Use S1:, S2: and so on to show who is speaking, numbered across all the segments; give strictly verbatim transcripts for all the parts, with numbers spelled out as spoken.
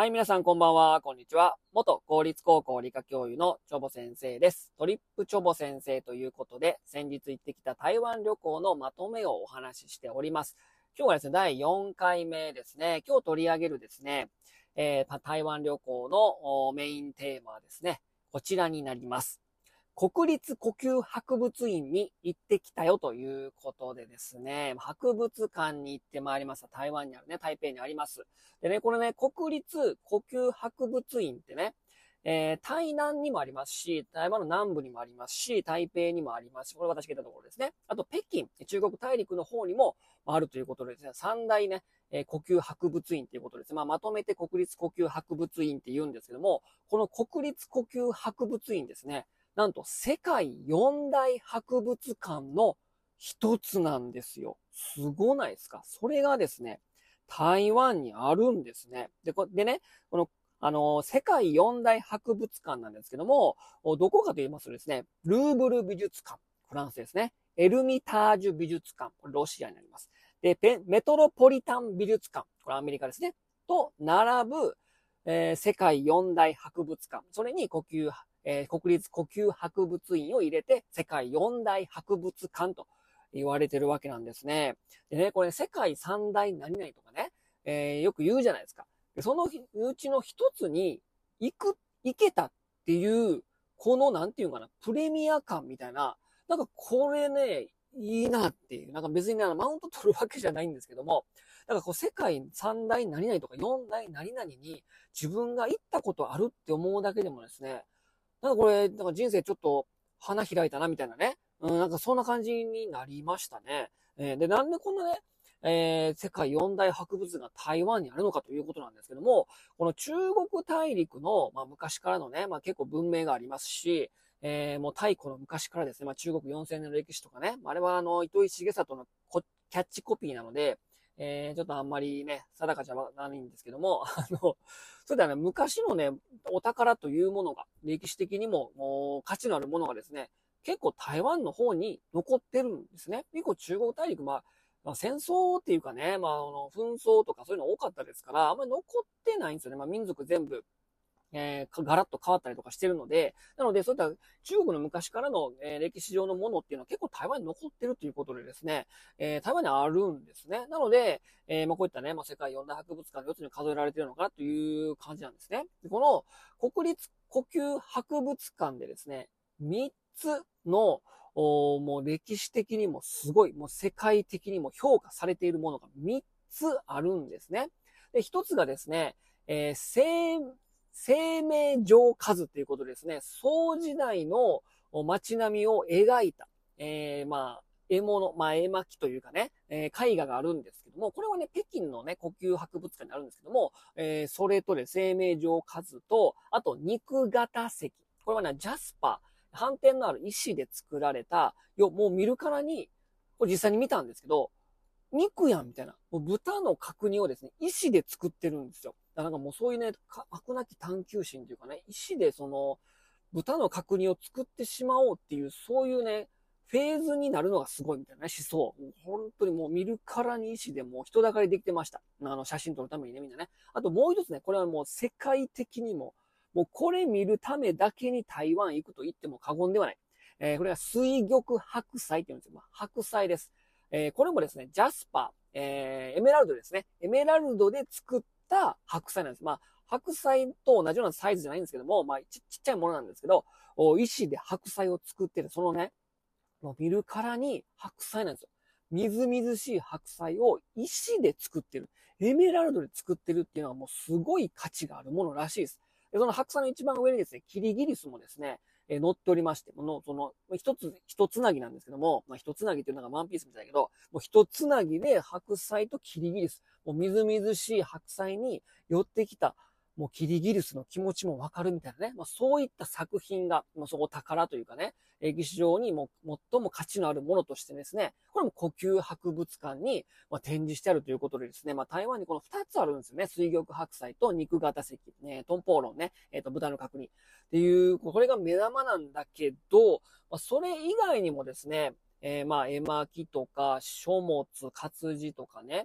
S1: はい、皆さんこんばんは、こんにちは。元公立高校理科教諭のチョボ先生です。トリップチョボ先生ということで、先日行ってきた台湾旅行のまとめをお話ししております。今日はですね、だいよんかいめですね。今日取り上げるですね、えー、台湾旅行のメインテーマはですね、こちらになります。国立故宮博物院に行ってきたよということでですね、博物館に行ってまいりました。台湾にあるね、台北にあります。でね、これね、国立故宮博物院ってね、えー、台南にもありますし、台湾の南部にもありますし、台北にもありますし、これ私がいたところですね。あと、北京、中国大陸の方にもあるということでですね、三大ね、えー、故宮博物院ということです。まあ、まとめて国立故宮博物院って言うんですけども、この国立故宮博物院ですね、なんと世界四大博物館の一つなんですよ。すごないですか？それがですね、台湾にあるんですね。で、こでね、この、あの、世界四大博物館なんですけども、どこかと言いますとですね、ルーブル美術館、フランスですね。エルミタージュ美術館、これロシアになります。で、メトロポリタン美術館、これアメリカですね。と、並ぶ、えー、世界四大博物館、それに故宮えー、国立故宮博物院を入れて世界四大博物館と言われてるわけなんですね。でね、これ世界三大何々とかね、えー、よく言うじゃないですか。でそのうちの一つに行く、行けたっていう、このなんていうかな、プレミア感みたいな、なんかこれね、いいなっていう。なんか別にね、マウント取るわけじゃないんですけども、なんかこう世界三大何々とか四大何々に自分が行ったことあるって思うだけでもですね、なんかこれ、なんか人生ちょっと花開いたなみたいなね。うん、なんかそんな感じになりましたね。えー、で、なんでこんなね、えー、世界四大博物が台湾にあるのかということなんですけども、この中国大陸の、まあ、昔からのね、まあ、結構文明がありますし、えー、もう太古の昔からですね、まあ、中国よんせんねんの歴史とかね、あれはあの、糸井重里のキャッチコピーなので、えー、ちょっとあんまりね、定かじゃないんですけども、あの、それではね、昔のね、お宝というものが、歴史的にも、もう価値のあるものがですね、結構台湾の方に残ってるんですね。結構中国大陸、まあ、まあ、戦争っていうかね、まあ、あの、紛争とかそういうの多かったですから、あんまり残ってないんですよね。まあ、民族全部、えー、ガラッと変わったりとかしてるので、なので、そういった中国の昔からの、えー、歴史上のものっていうのは結構台湾に残ってるということでですね、えー、台湾にあるんですね。なので、えー、まあ、こういったね、まあ、世界四大博物館のよっつに数えられているのかなという感じなんですね。でこの国立故宮博物館でですね、みっつの、おもう歴史的にもすごい、もう世界的にも評価されているものがみっつあるんですね。で、ひとつがですね、えー、生生命城図ということですね、宋時代の街並みを描いた、えー、まあ、絵物、まあ、絵巻というかね、えー、絵画があるんですけども、これはね、北京のね、故宮博物館にあるんですけども、えー、それとで、生命城図と、あと、肉型石。これはね、ジャスパー、反転のある石で作られた、よ、もう見るからに、これ実際に見たんですけど、肉やんみたいな。もう豚の角煮をですね、石で作ってるんですよ。だからなんかもうそういうね、飽くなき探求心というかね、石でその、豚の角煮を作ってしまおうっていう、そういうね、フェーズになるのがすごいみたいなね、思想。もう本当にもう見るからに石でもう人だかりできてました。あの、写真撮るためにね、みんなね。あともう一つね、これはもう世界的にも、もうこれ見るためだけに台湾行くと言っても過言ではない。えー、これは水玉白菜って言うんですよ。まあ、白菜です。えー、これもですね、ジャスパー、えー、エメラルドですね。エメラルドで作った白菜なんです。まあ、白菜と同じようなサイズじゃないんですけども、まあち、ちっちゃいものなんですけど、石で白菜を作ってる、そのね、もう見るからに白菜なんですよ。みずみずしい白菜を石で作ってる。エメラルドで作ってるっていうのはもうすごい価値があるものらしいです。でその白菜の一番上にですね、キリギリスもですね、えー、乗っておりまして、の、その、一つ、一つなぎなんですけども、まあ、一つなぎっていうのがワンピースみたいだけど、もう一つなぎで白菜とキリギリス、もうみずみずしい白菜に寄ってきた、もうキリギリスの気持ちもわかるみたいなね、まあ、そういった作品が、まあ、そこ宝というかね、歴史上にも最も価値のあるものとしてですね、これも故宮博物館に展示してあるということでですね、まあ、台湾にこの二つあるんですよね。水玉白菜と肉型石、ね、トンポーロンね、えっ、ー、と、豚の角煮っていう、これが目玉なんだけど、まあ、それ以外にもですね、えー、まあ、絵巻とか、書物、活字とかね、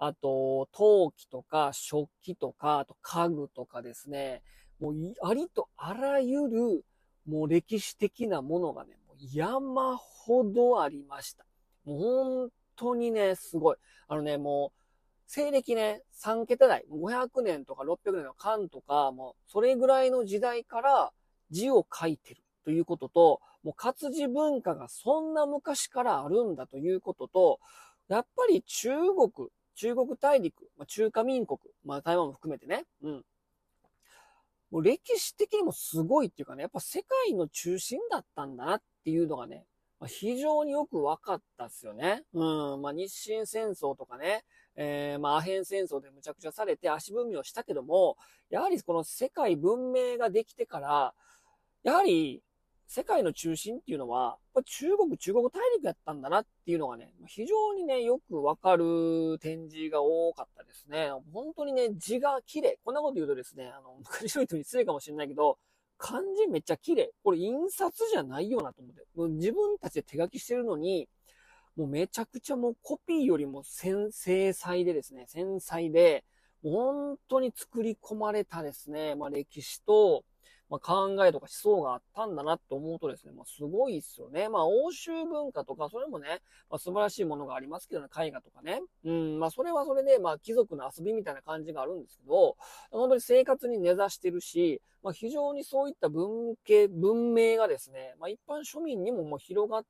S1: あと、陶器とか食器とか、あと家具とかですね、もうありとあらゆる、もう歴史的なものがね、もう山ほどありました。もう本当にね、すごい。あのね、もう、西暦ね、さん桁台、ごひゃくねんとかろっぴゃくねんの漢とか、もう、それぐらいの時代から字を書いてるということと、もう活字文化がそんな昔からあるんだということと、やっぱり中国、中国大陸、まあ、中華民国、まあ台湾も含めてね、うん。もう歴史的にもすごいっていうかね、やっぱ世界の中心だったんだなっていうのがね、まあ、非常によく分かったっすよね。うん。まあ日清戦争とかね、えー、まあアヘン戦争でむちゃくちゃされて足踏みをしたけども、やはりこの世界文明ができてから、やはり世界の中心っていうのは、中国、中国大陸やったんだなっていうのがね、非常にね、よくわかる展示が多かったですね。本当にね、字が綺麗。こんなこと言うとですね、あの、昔の人に失礼かもしれないけど、漢字めっちゃ綺麗。これ印刷じゃないよなと思って。もう自分たちで手書きしてるのに、もうめちゃくちゃもうコピーよりも繊細でですね、繊細で、もう本当に作り込まれたですね、まあ歴史と、まあ、考えとか思想があったんだなって思うとですね、まあ、すごいっすよね。まあ、欧州文化とか、それもね、まあ、素晴らしいものがありますけどね、絵画とかね。うん、まあ、それはそれで、まあ、貴族の遊びみたいな感じがあるんですけど、本当に生活に根ざしてるし、まあ、非常にそういった文系、文明がですね、まあ、一般庶民にももう広がって、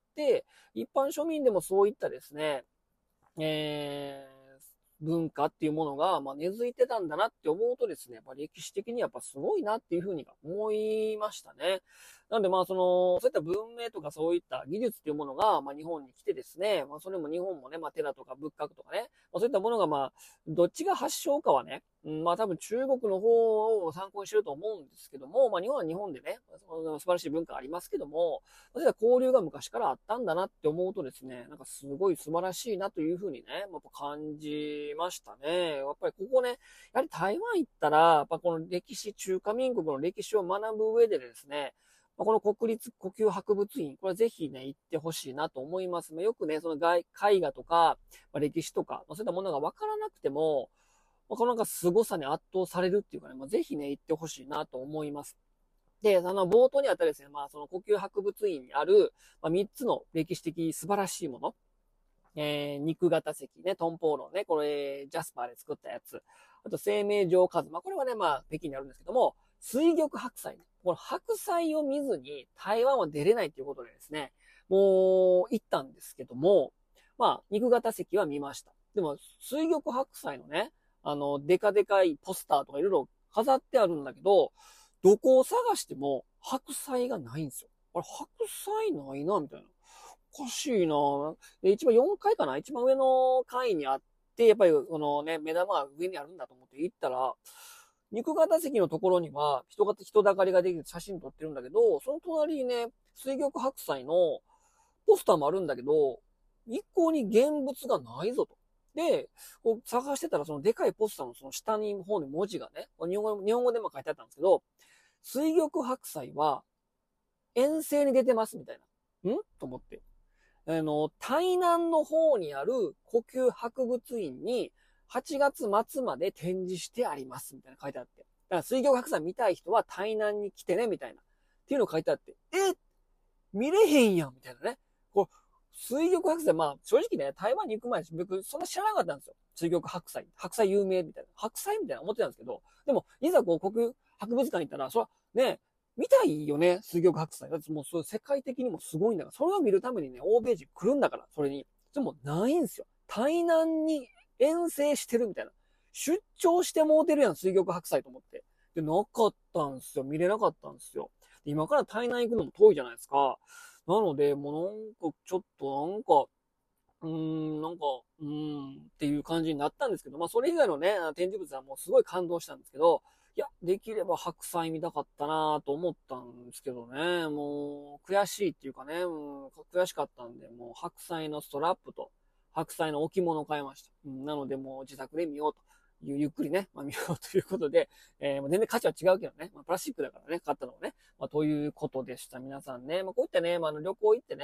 S1: 一般庶民でもそういったですね、えー文化っていうものが、まあ、根付いてたんだなって思うとですね、やっぱ歴史的にやっぱすごいなっていうふうに思いましたね。なんでまあその、そういった文明とかそういった技術っていうものが、まあ日本に来てですね、まあそれも日本もね、まあ寺とか仏閣とかね、まあそういったものがまあ、どっちが発祥かはね、うん、まあ多分中国の方を参考にしてると思うんですけども、まあ日本は日本でね、素晴らしい文化ありますけども、そういった交流が昔からあったんだなって思うとですね、なんかすごい素晴らしいなというふうにね、やっぱ感じましたね。やっぱりここね、やはり台湾行ったら、やっぱこの歴史、中華民国の歴史を学ぶ上でですね、この国立呼吸博物院、これはぜひね、行ってほしいなと思います。よくね、その外絵画とか、まあ、歴史とか、まあ、そういったものがわからなくても、まあ、このなんか凄さに圧倒されるっていうかね、まあ、ぜひね、行ってほしいなと思います。で、あの、冒頭にあったですね、まあ、その呼吸博物院にある、まあ、みっつの歴史的素晴らしいもの。えー、肉型石ね、トンポーロンね、これ、ジャスパーで作ったやつ。あと、生命状カズマ。これはね、まあ、北京にあるんですけども、水玉白菜ね。この白菜を見ずに台湾は出れないっていうことでですね、もう、行ったんですけども、まあ、肉型石は見ました。でも、水玉白菜のね、あの、デカデカいポスターとかいろいろ飾ってあるんだけど、どこを探しても白菜がないんですよ。あれ、白菜ないな、みたいな。おかしいなで、一番よんかいかな一番上の階にあって、やっぱりこのね、目玉が上にあるんだと思って行ったら、肉型席のところには人が、人だかりができて写真撮ってるんだけど、その隣にね、水玉白菜のポスターもあるんだけど、一向に現物がないぞと。で、こう探してたらそのでかいポスターのその下に方に文字がね、日本語日本語でも書いてあったんですけど、水玉白菜は遠征に出てますみたいな。んと思って。あの、台南の方にある呼吸博物院にはちがつ末まで展示してありますみたいな書いてあって。だから水玉白菜見たい人は台南に来てねみたいな。っていうの書いてあって。え見れへんやんみたいなね。こう、水玉白菜、まあ正直ね、台湾に行く前に僕そんな知らなかったんですよ。水玉白菜。白菜有名みたいな。白菜みたいな思ってたんですけど、でも、いざこう、呼吸博物館に行ったら、それはね、見たいよね、水玉白菜。だってもうそれ世界的にもすごいんだから、それを見るためにね、欧米人来るんだから、それに。でもないんですよ。台南に遠征してるみたいな。出張してもうてるやん、水玉白菜と思って。で、なかったんですよ。見れなかったんですよ。今から台南行くのも遠いじゃないですか。なので、もうなんか、ちょっとなんか、うーん、なんか、うーん、っていう感じになったんですけど、まあ、それ以外のね、展示物はもうすごい感動したんですけど、いや、できれば白菜見たかったなと思ったんですけどね、もう、悔しいっていうかね、うん、悔しかったんで、もう白菜のストラップと白菜の置物を買いました。うん、なので、もう自宅で見ようと。ゆゆっくりね、まあ、見ようということで、えー、全然価値は違うけどね、まあ、プラスチックだからね、買ったのはね、まあ、ということでした。皆さんね、まあ、こういったね、まあ、旅行行ってね、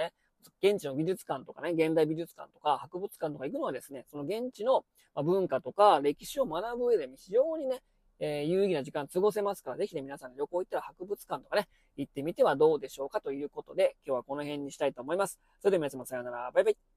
S1: 現地の美術館とかね、現代美術館とか博物館とか行くのはですね、その現地の文化とか歴史を学ぶ上で非常にね、えー、有意義な時間過ごせますから、ぜひね、皆さん旅行行ったら博物館とかね、行ってみてはどうでしょうかということで、今日はこの辺にしたいと思います。それでは皆様さようなら。バイバイ。